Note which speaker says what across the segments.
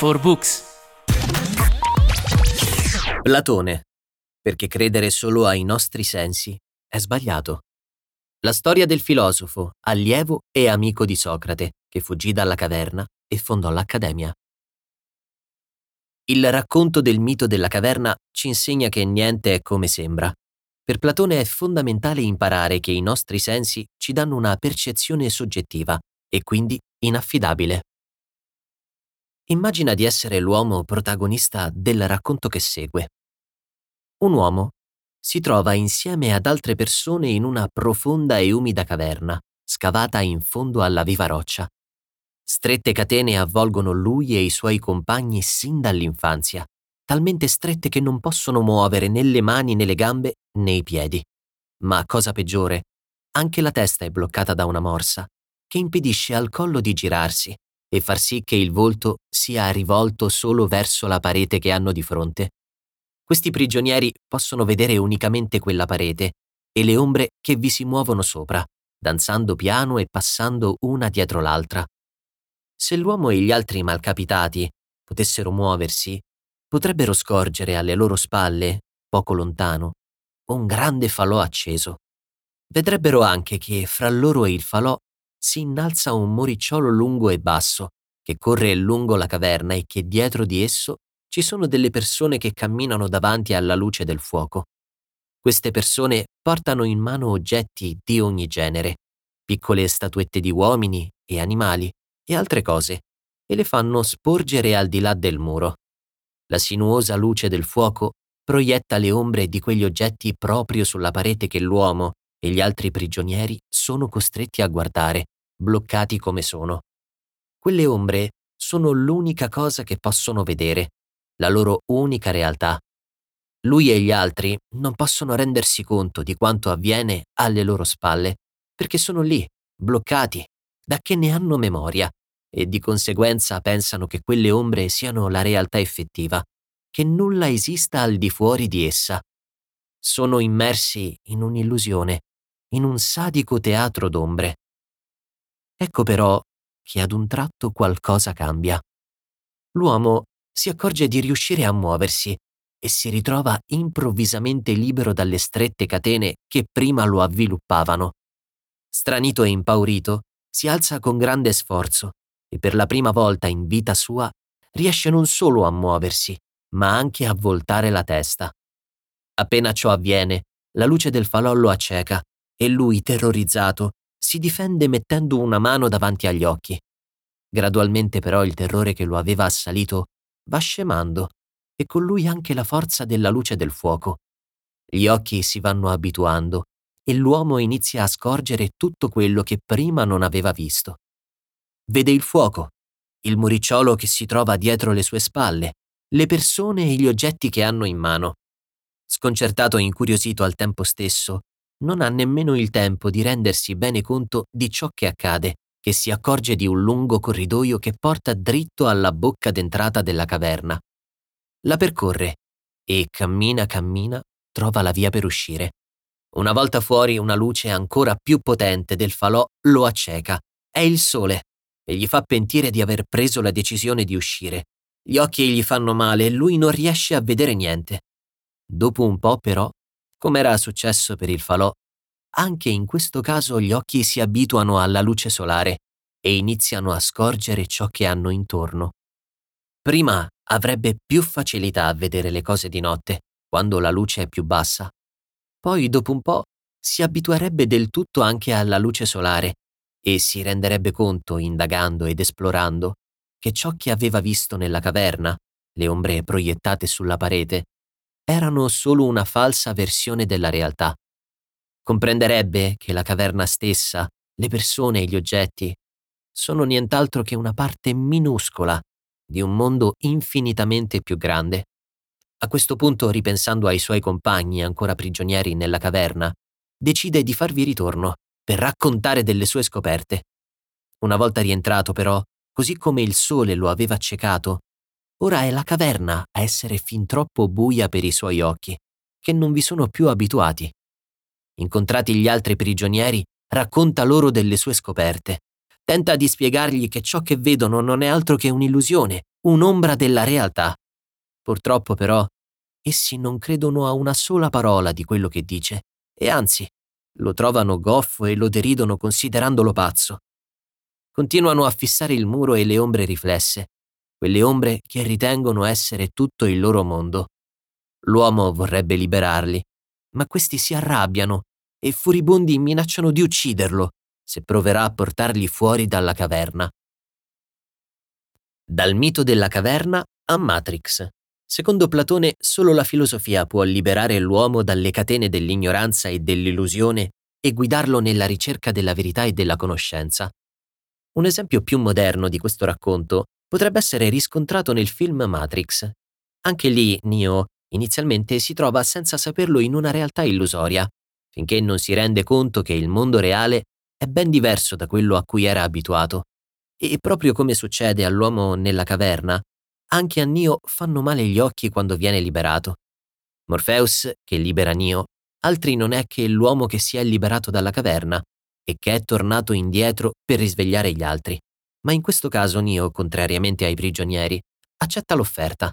Speaker 1: for Books.
Speaker 2: Platone, perché credere solo ai nostri sensi è sbagliato. La storia del filosofo, allievo e amico di Socrate, che fuggì dalla caverna e fondò l'Accademia. Il racconto del mito della caverna ci insegna che niente è come sembra. Per Platone è fondamentale imparare che i nostri sensi ci danno una percezione soggettiva e quindi inaffidabile. Immagina di essere l'uomo protagonista del racconto che segue. Un uomo si trova insieme ad altre persone in una profonda e umida caverna, scavata in fondo alla viva roccia. Strette catene avvolgono lui e i suoi compagni sin dall'infanzia, talmente strette che non possono muovere né le mani né le gambe né i piedi. Ma cosa peggiore, anche la testa è bloccata da una morsa, che impedisce al collo di girarsi e far sì che il volto sia rivolto solo verso la parete che hanno di fronte. Questi prigionieri possono vedere unicamente quella parete e le ombre che vi si muovono sopra, danzando piano e passando una dietro l'altra. Se l'uomo e gli altri malcapitati potessero muoversi, potrebbero scorgere alle loro spalle, poco lontano, un grande falò acceso. Vedrebbero anche che fra loro e il falò si innalza un muricciolo lungo e basso che corre lungo la caverna e che dietro di esso ci sono delle persone che camminano davanti alla luce del fuoco. Queste persone portano in mano oggetti di ogni genere, piccole statuette di uomini e animali e altre cose, e le fanno sporgere al di là del muro. La sinuosa luce del fuoco proietta le ombre di quegli oggetti proprio sulla parete che l'uomo e gli altri prigionieri sono costretti a guardare, bloccati come sono. Quelle ombre sono l'unica cosa che possono vedere, la loro unica realtà. Lui e gli altri non possono rendersi conto di quanto avviene alle loro spalle, perché sono lì, bloccati, da che ne hanno memoria, e di conseguenza pensano che quelle ombre siano la realtà effettiva, che nulla esista al di fuori di essa. Sono immersi in un'illusione, in un sadico teatro d'ombre. Ecco però che ad un tratto qualcosa cambia. L'uomo si accorge di riuscire a muoversi e si ritrova improvvisamente libero dalle strette catene che prima lo avviluppavano. Stranito e impaurito, si alza con grande sforzo e per la prima volta in vita sua riesce non solo a muoversi, ma anche a voltare la testa. Appena ciò avviene, la luce del falò lo acceca e lui, terrorizzato, si difende mettendo una mano davanti agli occhi. Gradualmente però il terrore che lo aveva assalito va scemando e con lui anche la forza della luce del fuoco. Gli occhi si vanno abituando e l'uomo inizia a scorgere tutto quello che prima non aveva visto. Vede il fuoco, il muricciolo che si trova dietro le sue spalle, le persone e gli oggetti che hanno in mano. Sconcertato e incuriosito al tempo stesso, non ha nemmeno il tempo di rendersi bene conto di ciò che accade, che si accorge di un lungo corridoio che porta dritto alla bocca d'entrata della caverna. La percorre e cammina, trova la via per uscire. Una volta fuori, una luce ancora più potente del falò lo acceca. È il sole e gli fa pentire di aver preso la decisione di uscire. Gli occhi gli fanno male e lui non riesce a vedere niente. Dopo un po', però, come era successo per il falò, anche in questo caso gli occhi si abituano alla luce solare e iniziano a scorgere ciò che hanno intorno. Prima avrebbe più facilità a vedere le cose di notte, quando la luce è più bassa. Poi, dopo un po', si abituerebbe del tutto anche alla luce solare e si renderebbe conto, indagando ed esplorando, che ciò che aveva visto nella caverna, le ombre proiettate sulla parete, erano solo una falsa versione della realtà. Comprenderebbe che la caverna stessa, le persone e gli oggetti sono nient'altro che una parte minuscola di un mondo infinitamente più grande. A questo punto, ripensando ai suoi compagni ancora prigionieri nella caverna, decide di farvi ritorno per raccontare delle sue scoperte. Una volta rientrato, però, così come il sole lo aveva accecato, ora è la caverna a essere fin troppo buia per i suoi occhi, che non vi sono più abituati. Incontrati gli altri prigionieri, racconta loro delle sue scoperte. Tenta di spiegargli che ciò che vedono non è altro che un'illusione un'ombra della realtà. Purtroppo però, essi non credono a una sola parola di quello che dice e anzi, lo trovano goffo e lo deridono considerandolo pazzo. Continuano a fissare il muro e le ombre riflesse, quelle ombre che ritengono essere tutto il loro mondo. L'uomo vorrebbe liberarli, ma questi si arrabbiano e furibondi minacciano di ucciderlo se proverà a portarli fuori dalla caverna. Dal mito della caverna a Matrix. Secondo Platone, solo la filosofia può liberare l'uomo dalle catene dell'ignoranza e dell'illusione e guidarlo nella ricerca della verità e della conoscenza. Un esempio più moderno di questo racconto potrebbe essere riscontrato nel film Matrix. Anche lì Neo inizialmente si trova senza saperlo in una realtà illusoria, finché non si rende conto che il mondo reale è ben diverso da quello a cui era abituato. E proprio come succede all'uomo nella caverna, anche a Neo fanno male gli occhi quando viene liberato. Morpheus, che libera Neo, altri non è che l'uomo che si è liberato dalla caverna e che è tornato indietro per risvegliare gli altri. Ma in questo caso Neo, contrariamente ai prigionieri, accetta l'offerta.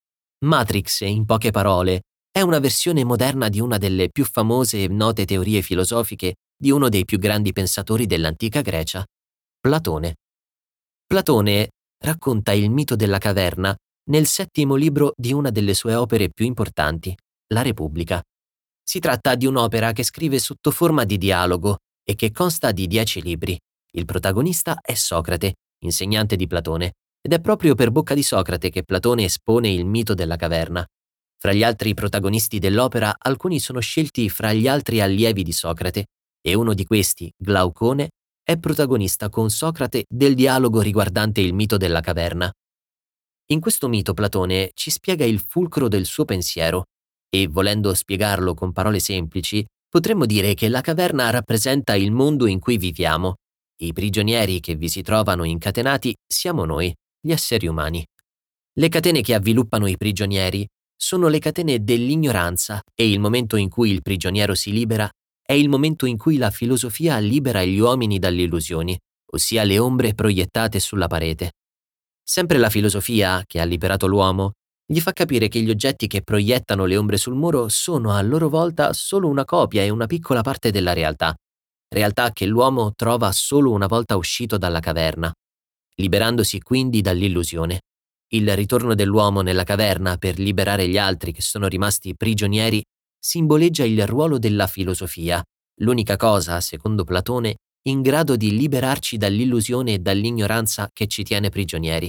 Speaker 2: Matrix, in poche parole, è una versione moderna di una delle più famose e note teorie filosofiche di uno dei più grandi pensatori dell'antica Grecia, Platone. Platone racconta il mito della caverna nel settimo libro di una delle sue opere più importanti, La Repubblica. Si tratta di un'opera che scrive sotto forma di dialogo e che consta di 10 libri. Il protagonista è Socrate, insegnante di Platone, ed è proprio per bocca di Socrate che Platone espone il mito della caverna. Fra gli altri protagonisti dell'opera, alcuni sono scelti fra gli altri allievi di Socrate, e uno di questi, Glaucone, è protagonista con Socrate del dialogo riguardante il mito della caverna. In questo mito Platone ci spiega il fulcro del suo pensiero e, volendo spiegarlo con parole semplici, potremmo dire che la caverna rappresenta il mondo in cui viviamo. I prigionieri che vi si trovano incatenati siamo noi, gli esseri umani. Le catene che avviluppano i prigionieri sono le catene dell'ignoranza e il momento in cui il prigioniero si libera è il momento in cui la filosofia libera gli uomini dalle illusioni, ossia le ombre proiettate sulla parete. Sempre la filosofia, che ha liberato l'uomo, gli fa capire che gli oggetti che proiettano le ombre sul muro sono a loro volta solo una copia e una piccola parte della realtà che l'uomo trova solo una volta uscito dalla caverna, liberandosi quindi dall'illusione. Il ritorno dell'uomo nella caverna per liberare gli altri che sono rimasti prigionieri simboleggia il ruolo della filosofia, l'unica cosa, secondo Platone, in grado di liberarci dall'illusione e dall'ignoranza che ci tiene prigionieri.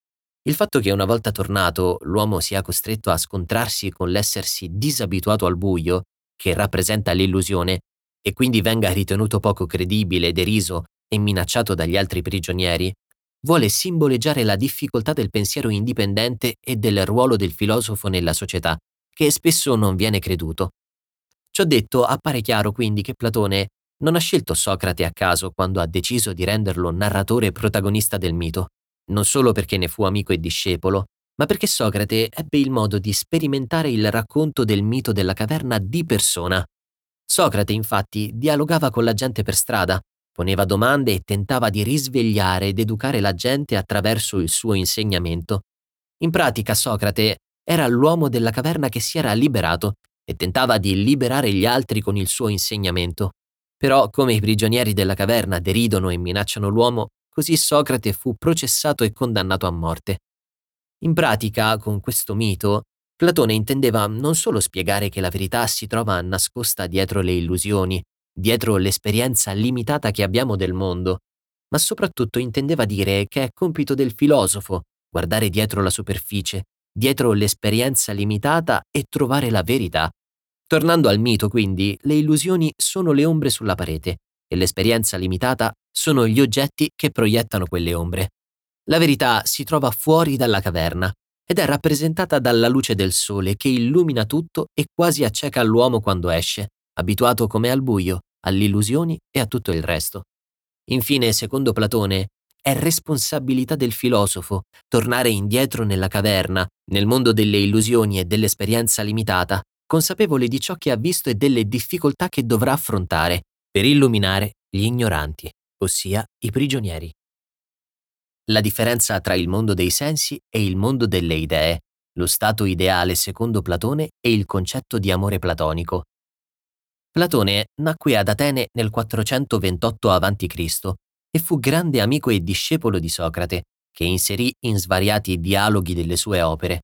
Speaker 2: Il fatto che una volta tornato l'uomo sia costretto a scontrarsi con l'essersi disabituato al buio, che rappresenta l'illusione, e quindi venga ritenuto poco credibile, deriso e minacciato dagli altri prigionieri, vuole simboleggiare la difficoltà del pensiero indipendente e del ruolo del filosofo nella società, che spesso non viene creduto. Ciò detto, appare chiaro quindi che Platone non ha scelto Socrate a caso quando ha deciso di renderlo narratore e protagonista del mito, non solo perché ne fu amico e discepolo, ma perché Socrate ebbe il modo di sperimentare il racconto del mito della caverna di persona. Socrate, infatti, dialogava con la gente per strada, poneva domande e tentava di risvegliare ed educare la gente attraverso il suo insegnamento. In pratica, Socrate era l'uomo della caverna che si era liberato e tentava di liberare gli altri con il suo insegnamento. Però, come i prigionieri della caverna deridono e minacciano l'uomo, così Socrate fu processato e condannato a morte. In pratica, con questo mito, Platone intendeva non solo spiegare che la verità si trova nascosta dietro le illusioni, dietro l'esperienza limitata che abbiamo del mondo, ma soprattutto intendeva dire che è compito del filosofo guardare dietro la superficie, dietro l'esperienza limitata e trovare la verità. Tornando al mito, quindi, le illusioni sono le ombre sulla parete e l'esperienza limitata sono gli oggetti che proiettano quelle ombre. La verità si trova fuori dalla caverna ed è rappresentata dalla luce del sole che illumina tutto e quasi acceca l'uomo quando esce, abituato come al buio, alle illusioni e a tutto il resto. Infine, secondo Platone, è responsabilità del filosofo tornare indietro nella caverna, nel mondo delle illusioni e dell'esperienza limitata, consapevole di ciò che ha visto e delle difficoltà che dovrà affrontare per illuminare gli ignoranti, ossia i prigionieri. la differenza tra il mondo dei sensi e il mondo delle idee, lo stato ideale secondo Platone e il concetto di amore platonico. Platone nacque ad Atene nel 428 a.C. e fu grande amico e discepolo di Socrate, che inserì in svariati dialoghi delle sue opere.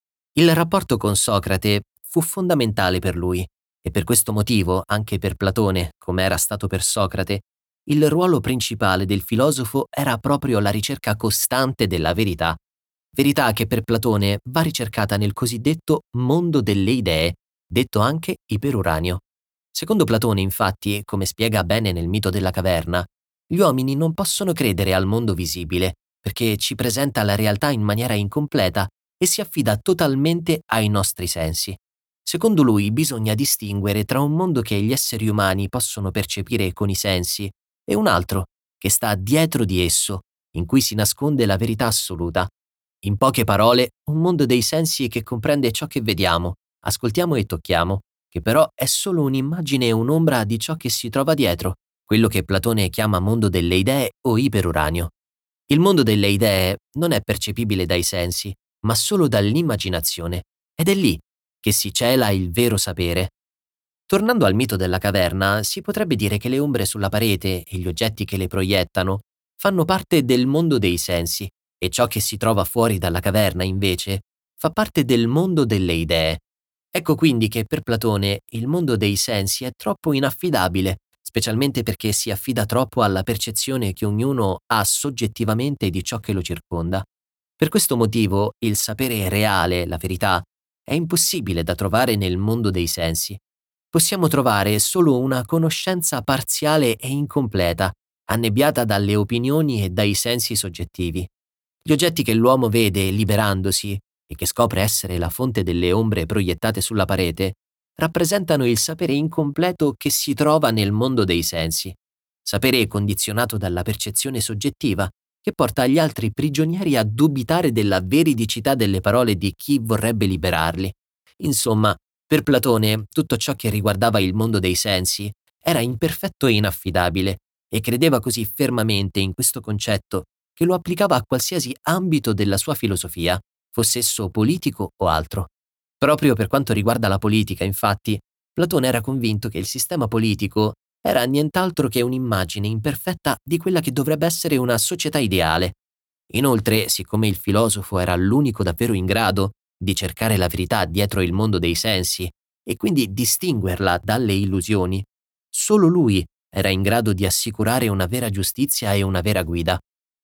Speaker 2: Il rapporto con Socrate fu fondamentale per lui e per questo motivo, anche per Platone, come era stato per Socrate, il ruolo principale del filosofo era proprio la ricerca costante della verità, verità che per Platone va ricercata nel cosiddetto mondo delle idee, detto anche iperuranio. Secondo Platone, infatti, come spiega bene nel mito della caverna, gli uomini non possono credere al mondo visibile, perché ci presenta la realtà in maniera incompleta e si affida totalmente ai nostri sensi. Secondo lui bisogna distinguere tra un mondo che gli esseri umani possono percepire con i sensi e un altro, che sta dietro di esso, in cui si nasconde la verità assoluta. In poche parole, un mondo dei sensi che comprende ciò che vediamo, ascoltiamo e tocchiamo, che però è solo un'immagine e un'ombra di ciò che si trova dietro, quello che Platone chiama mondo delle idee o iperuranio. Il mondo delle idee non è percepibile dai sensi, ma solo dall'immaginazione, ed è lì che si cela il vero sapere. Tornando al mito della caverna, si potrebbe dire che le ombre sulla parete e gli oggetti che le proiettano fanno parte del mondo dei sensi, e ciò che si trova fuori dalla caverna, invece, fa parte del mondo delle idee. Ecco quindi che per Platone il mondo dei sensi è troppo inaffidabile, specialmente perché si affida troppo alla percezione che ognuno ha soggettivamente di ciò che lo circonda. Per questo motivo il sapere reale, la verità, è impossibile da trovare nel mondo dei sensi. Possiamo trovare solo una conoscenza parziale e incompleta, annebbiata dalle opinioni e dai sensi soggettivi. Gli oggetti che l'uomo vede liberandosi e che scopre essere la fonte delle ombre proiettate sulla parete, rappresentano il sapere incompleto che si trova nel mondo dei sensi. Sapere condizionato dalla percezione soggettiva, che porta gli altri prigionieri a dubitare della veridicità delle parole di chi vorrebbe liberarli. Insomma, per Platone, tutto ciò che riguardava il mondo dei sensi era imperfetto e inaffidabile, e credeva così fermamente in questo concetto che lo applicava a qualsiasi ambito della sua filosofia, fosse esso politico o altro. Proprio per quanto riguarda la politica, infatti, Platone era convinto che il sistema politico era nient'altro che un'immagine imperfetta di quella che dovrebbe essere una società ideale. Inoltre, siccome il filosofo era l'unico davvero in grado di cercare la verità dietro il mondo dei sensi e quindi distinguerla dalle illusioni, solo lui era in grado di assicurare una vera giustizia e una vera guida.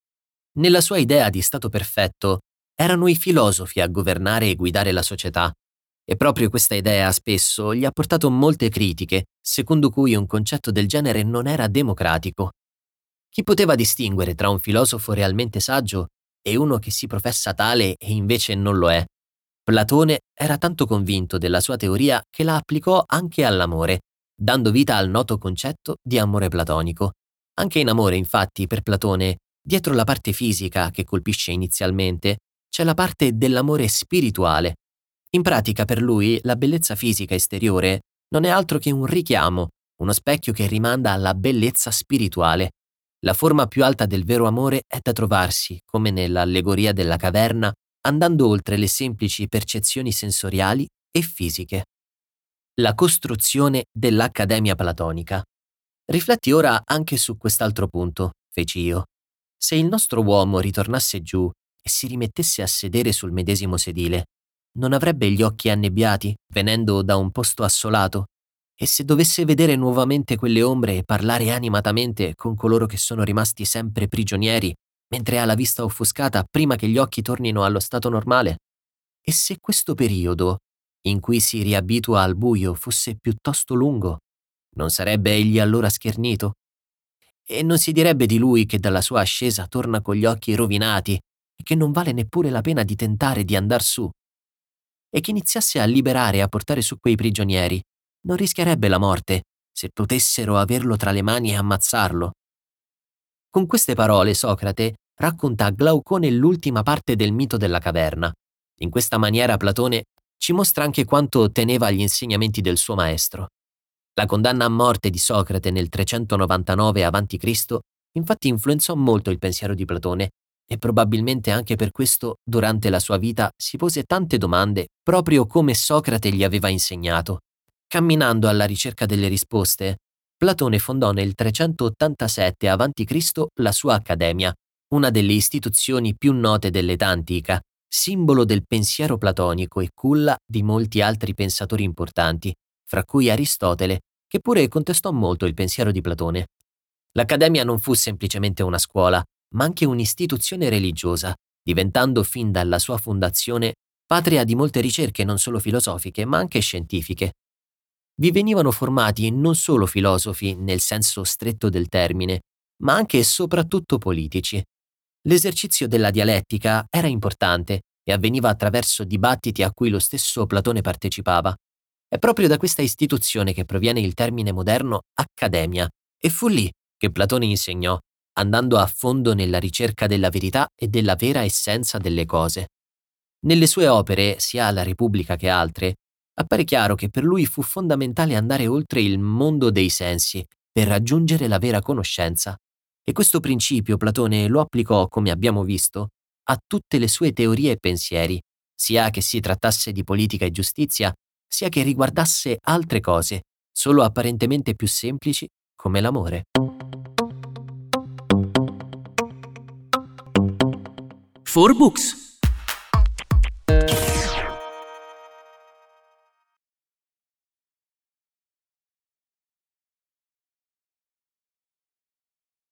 Speaker 2: Nella sua idea di stato perfetto, erano i filosofi a governare e guidare la società, e proprio questa idea spesso gli ha portato molte critiche, secondo cui un concetto del genere non era democratico. Chi poteva distinguere tra un filosofo realmente saggio e uno che si professa tale e invece non lo è? Platone era tanto convinto della sua teoria che la applicò anche all'amore, dando vita al noto concetto di amore platonico. Anche in amore, infatti, per Platone, dietro la parte fisica che colpisce inizialmente, c'è la parte dell'amore spirituale. In pratica, per lui, la bellezza fisica esteriore non è altro che un richiamo, uno specchio che rimanda alla bellezza spirituale. La forma più alta del vero amore è da trovarsi, come nell'allegoria della caverna, andando oltre le semplici percezioni sensoriali e fisiche. La costruzione dell'Accademia Platonica. Rifletti ora anche su quest'altro punto, feci io. Se il nostro uomo ritornasse giù e si rimettesse a sedere sul medesimo sedile, non avrebbe gli occhi annebbiati, venendo da un posto assolato? E se dovesse vedere nuovamente quelle ombre e parlare animatamente con coloro che sono rimasti sempre prigionieri, mentre ha la vista offuscata prima che gli occhi tornino allo stato normale? E se questo periodo, in cui si riabitua al buio, fosse piuttosto lungo, non sarebbe egli allora schernito? E non si direbbe di lui che dalla sua ascesa torna con gli occhi rovinati e che non vale neppure la pena di tentare di andar su? E chi iniziasse a liberare e a portare su quei prigionieri non rischierebbe la morte se potessero averlo tra le mani e ammazzarlo. Con queste parole Socrate racconta a Glaucone l'ultima parte del mito della caverna. In questa maniera Platone ci mostra anche quanto teneva agli insegnamenti del suo maestro. La condanna a morte di Socrate nel 399 a.C. infatti influenzò molto il pensiero di Platone e probabilmente anche per questo durante la sua vita si pose tante domande proprio come Socrate gli aveva insegnato. Camminando alla ricerca delle risposte, Platone fondò nel 387 a.C. la sua Accademia, una delle istituzioni più note dell'età antica, simbolo del pensiero platonico e culla di molti altri pensatori importanti, fra cui Aristotele, che pure contestò molto il pensiero di Platone. L'Accademia non fu semplicemente una scuola, ma anche un'istituzione religiosa, diventando fin dalla sua fondazione patria di molte ricerche non solo filosofiche, ma anche scientifiche. Vi venivano formati non solo filosofi nel senso stretto del termine, ma anche e soprattutto politici. L'esercizio della dialettica era importante e avveniva attraverso dibattiti a cui lo stesso Platone partecipava. È proprio da questa istituzione che proviene il termine moderno accademia, e fu lì che Platone insegnò, andando a fondo nella ricerca della verità e della vera essenza delle cose. Nelle sue opere, sia la Repubblica che altre, appare chiaro che per lui fu fondamentale andare oltre il mondo dei sensi per raggiungere la vera conoscenza. E questo principio Platone lo applicò, come abbiamo visto, a tutte le sue teorie e pensieri, sia che si trattasse di politica e giustizia, sia che riguardasse altre cose, solo apparentemente più semplici, come l'amore.
Speaker 1: 4Books